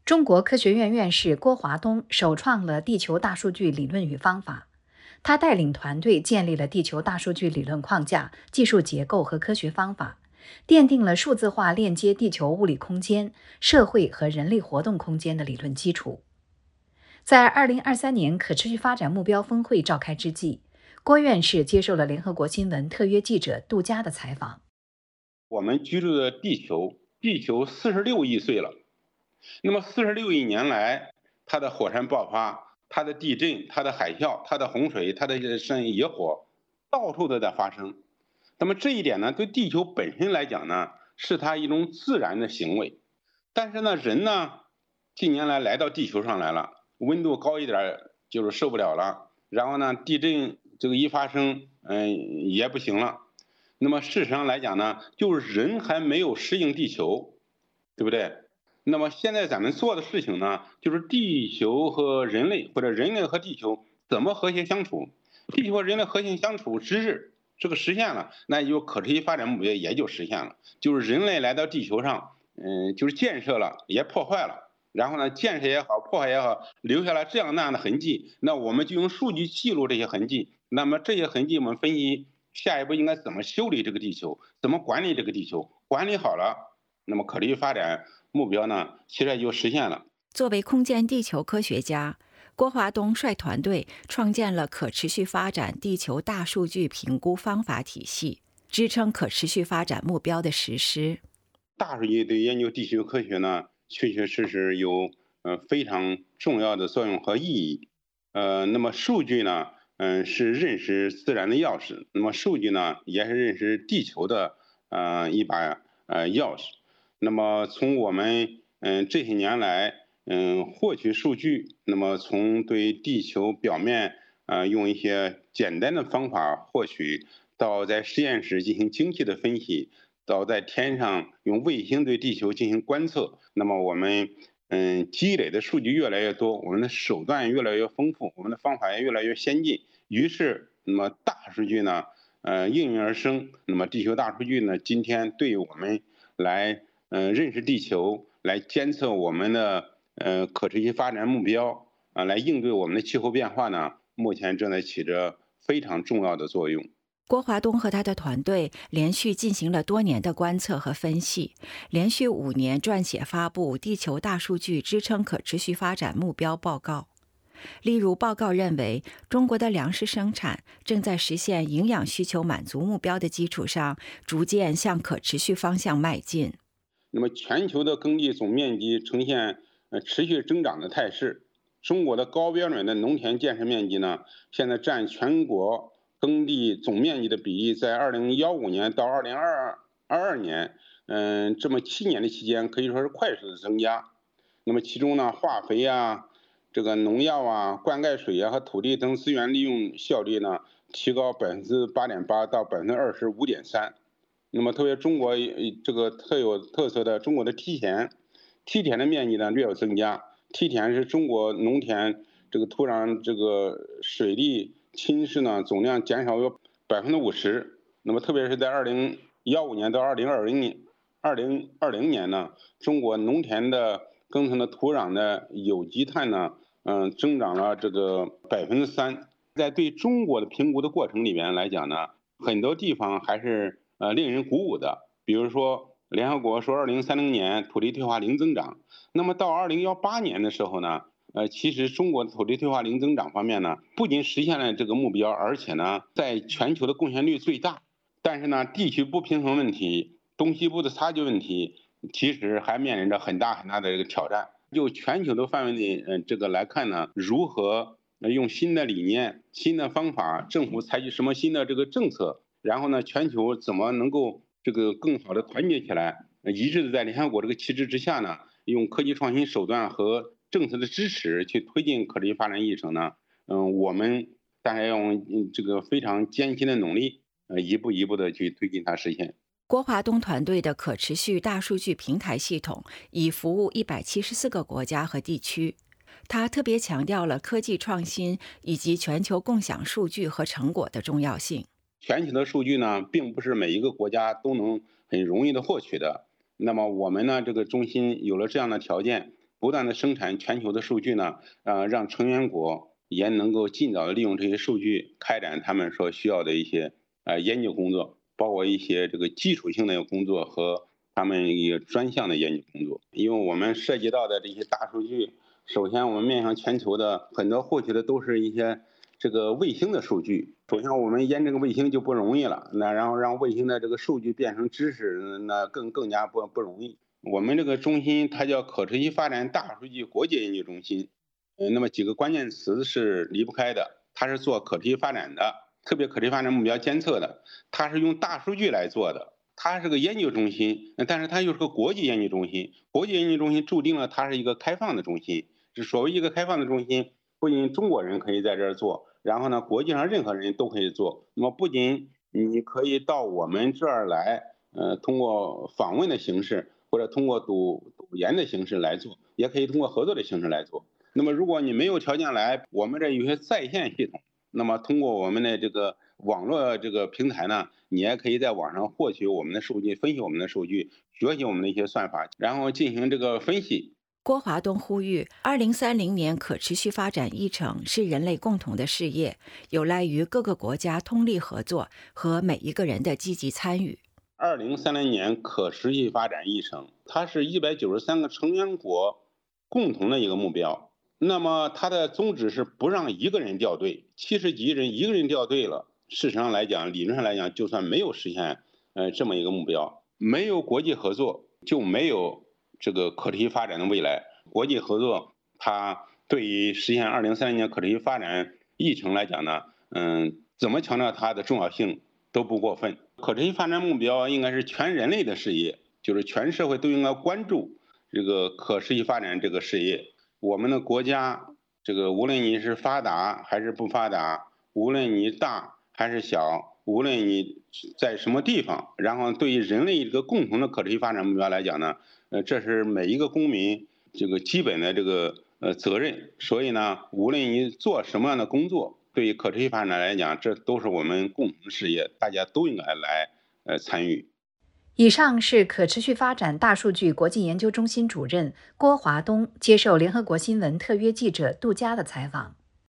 中国科学院院士郭华东首创了地球大数据理论与方法。他带领团队建立了地球大数据理论框架、技术结构和科学方法，奠定了数字化链接地球物理空间、社会和人类活动空间的理论基础。在2023年可持续发展目标峰会召开之际，郭院士接受了联合国新闻特约记者杜佳的采访。 我们居住的地球46亿岁了，那么46亿年来，它的火山爆发、它的地震、它的海啸、它的洪水、它的野火，到处都在发生。那么这一点呢，对地球本身来讲呢，是它一种自然的行为。但是呢，人呢，近年来到地球上来了，温度高一点就是受不了了，然后呢，地震这个一发生，也不行了。那么事实上来讲呢，就是人还没有适应地球，对不对？那么现在咱们做的事情呢，就是地球和人类，或者人类和地球怎么和谐相处。地球和人类和谐相处之日，这个实现了，那就可持续发展目标也就实现了。就是人类来到地球上，就是建设了，也破坏了。然后呢，建设也好，破坏也好，留下了这样那样的痕迹。那我们就用数据记录这些痕迹。那么这些痕迹我们分析，下一步应该怎么修理这个地球，怎么管理这个地球，管理好了，那么可持续发展目标呢，其实也就实现了。 作为空间地球科学家，郭华东率团队创建了可持续发展地球大数据评估方法体系，支撑可持续发展目标的实施。 大数据对研究地球科学呢，确确实实有非常重要的作用和意义。那么数据呢，是认识自然的钥匙。那么数据呢，也是认识地球的一把钥匙。那么从我们这些年来获取数据，那么从对地球表面用一些简单的方法获取，到在实验室进行精细的分析，到在天上用卫星对地球进行观测，那么我们积累的数据越来越多，我们的手段越来越丰富，我们的方法也越来越先进。于是，那么大数据呢，应运而生。那么地球大数据呢，今天对于我们来认识地球，来监测我们的可持续发展目标来应对我们的气候变化呢，目前正在起着非常重要的作用。 郭华东和他的团队连续进行了多年的观测和分析，连续5年撰写发布《地球大数据支撑可持续发展目标报告》。例如，报告认为，中国的粮食生产正在实现营养需求满足目标的基础上，逐渐向可持续方向迈进。 那么，全球的耕地总面积呈现持续增长的态势。中国的高标准的农田建设面积呢，现在占全国耕地总面积的比例，在2015年到2022年，这么7年的期间，可以说是快速的增加。那么其中呢，化肥啊、这个农药啊、灌溉水啊和土地等资源利用效率呢，提高8.8%到25.3%。那么特别中国这个特色的中国的梯田的面积呢略有增加。梯田是中国农田这个土壤这个水利侵蚀呢总量减少约50%。那么特别是在2015年到2020年呢，中国农田的耕成的土壤的有机碳呢，增长了这个3%。在对中国的评估的过程里面来讲呢，很多地方还是令人鼓舞的。比如说，联合国说2030年土地退化零增长，那么到2018年的时候呢，其实中国的土地退化零增长方面呢，不仅实现了这个目标，而且呢，在全球的贡献率最大。但是呢，地区不平衡问题、东西部的差距问题，其实还面临着很大的这个挑战。就全球的范围内，这个来看呢，如何用新的理念、新的方法，政府采取什么新的这个政策，然后呢，全球怎么能够这个更好的团结起来，一致的在联合国这个旗帜之下呢，用科技创新手段和政策的支持去推进可持续发展议程呢？我们当然要用这个非常艰辛的努力，一步一步的去推进它实现。 郭华东团队的可持续大数据平台系统已服务174个国家和地区。他特别强调了科技创新以及全球共享数据和成果的重要性。 全球的数据呢，并不是每一个国家都能很容易的获取的。那么我们呢，这个中心有了这样的条件， 不断的生产全球的数据呢，让成员国也能够尽早的利用这些数据开展他们所需要的一些研究工作，包括一些这个基础性的工作和他们一个专项的研究工作。因为我们涉及到的这些大数据，首先我们面向全球的很多获取的都是一些这个卫星的数据。首先我们研这个卫星就不容易了，那然后让卫星的这个数据变成知识，那更加不容易。我们这个中心它叫可持续发展大数据国际研究中心，那么几个关键词是离不开的。它是做可持续发展的，特别可持续发展目标监测的，它是用大数据来做的。它是个研究中心，但是它又是个国际研究中心。国际研究中心注定了它是一个开放的中心。所谓一个开放的中心，不仅中国人可以在这儿做，然后呢，国际上任何人都可以做。那么不仅你可以到我们这儿来，通过访问的形式，或者通过读研的形式来做，也可以通过合作的形式来做。那么如果你没有条件来，我们这有些在线系统，那么通过我们的这个网络这个平台呢，你也可以在网上获取我们的数据，分析我们的数据，学习我们的一些算法，然后进行这个分析。 郭华东呼吁，2030年可持续发展议程是人类共同的事业，有赖于各个国家通力合作和每一个人的积极参与。 2030年可持续发展议程，它是193个成员国共同的一个目标。那么它的宗旨是不让一个人掉队，70几亿人一个人掉队了，事实上来讲，理论上来讲，就算没有实现这么一个目标，没有国际合作就没有这个可持续发展的未来。国际合作它对于实现2030年可持续发展议程来讲呢，怎么强调它的重要性都不过分。可持续发展目标应该是全人类的事业，就是全社会都应该关注这个可持续发展这个事业。我们的国家，这个无论你是发达还是不发达，无论你大还是小，无论你在什么地方，然后对于人类一个共同的可持续发展目标来讲呢，这是每一个公民这个基本的这个责任。所以呢，无论你做什么样的工作，对于可持续发展来讲，这都是我们共同的事业，大家都应该来参与。 以上是可持续发展大数据国际研究中心主任郭华东接受联合国新闻特约记者杜佳的采访。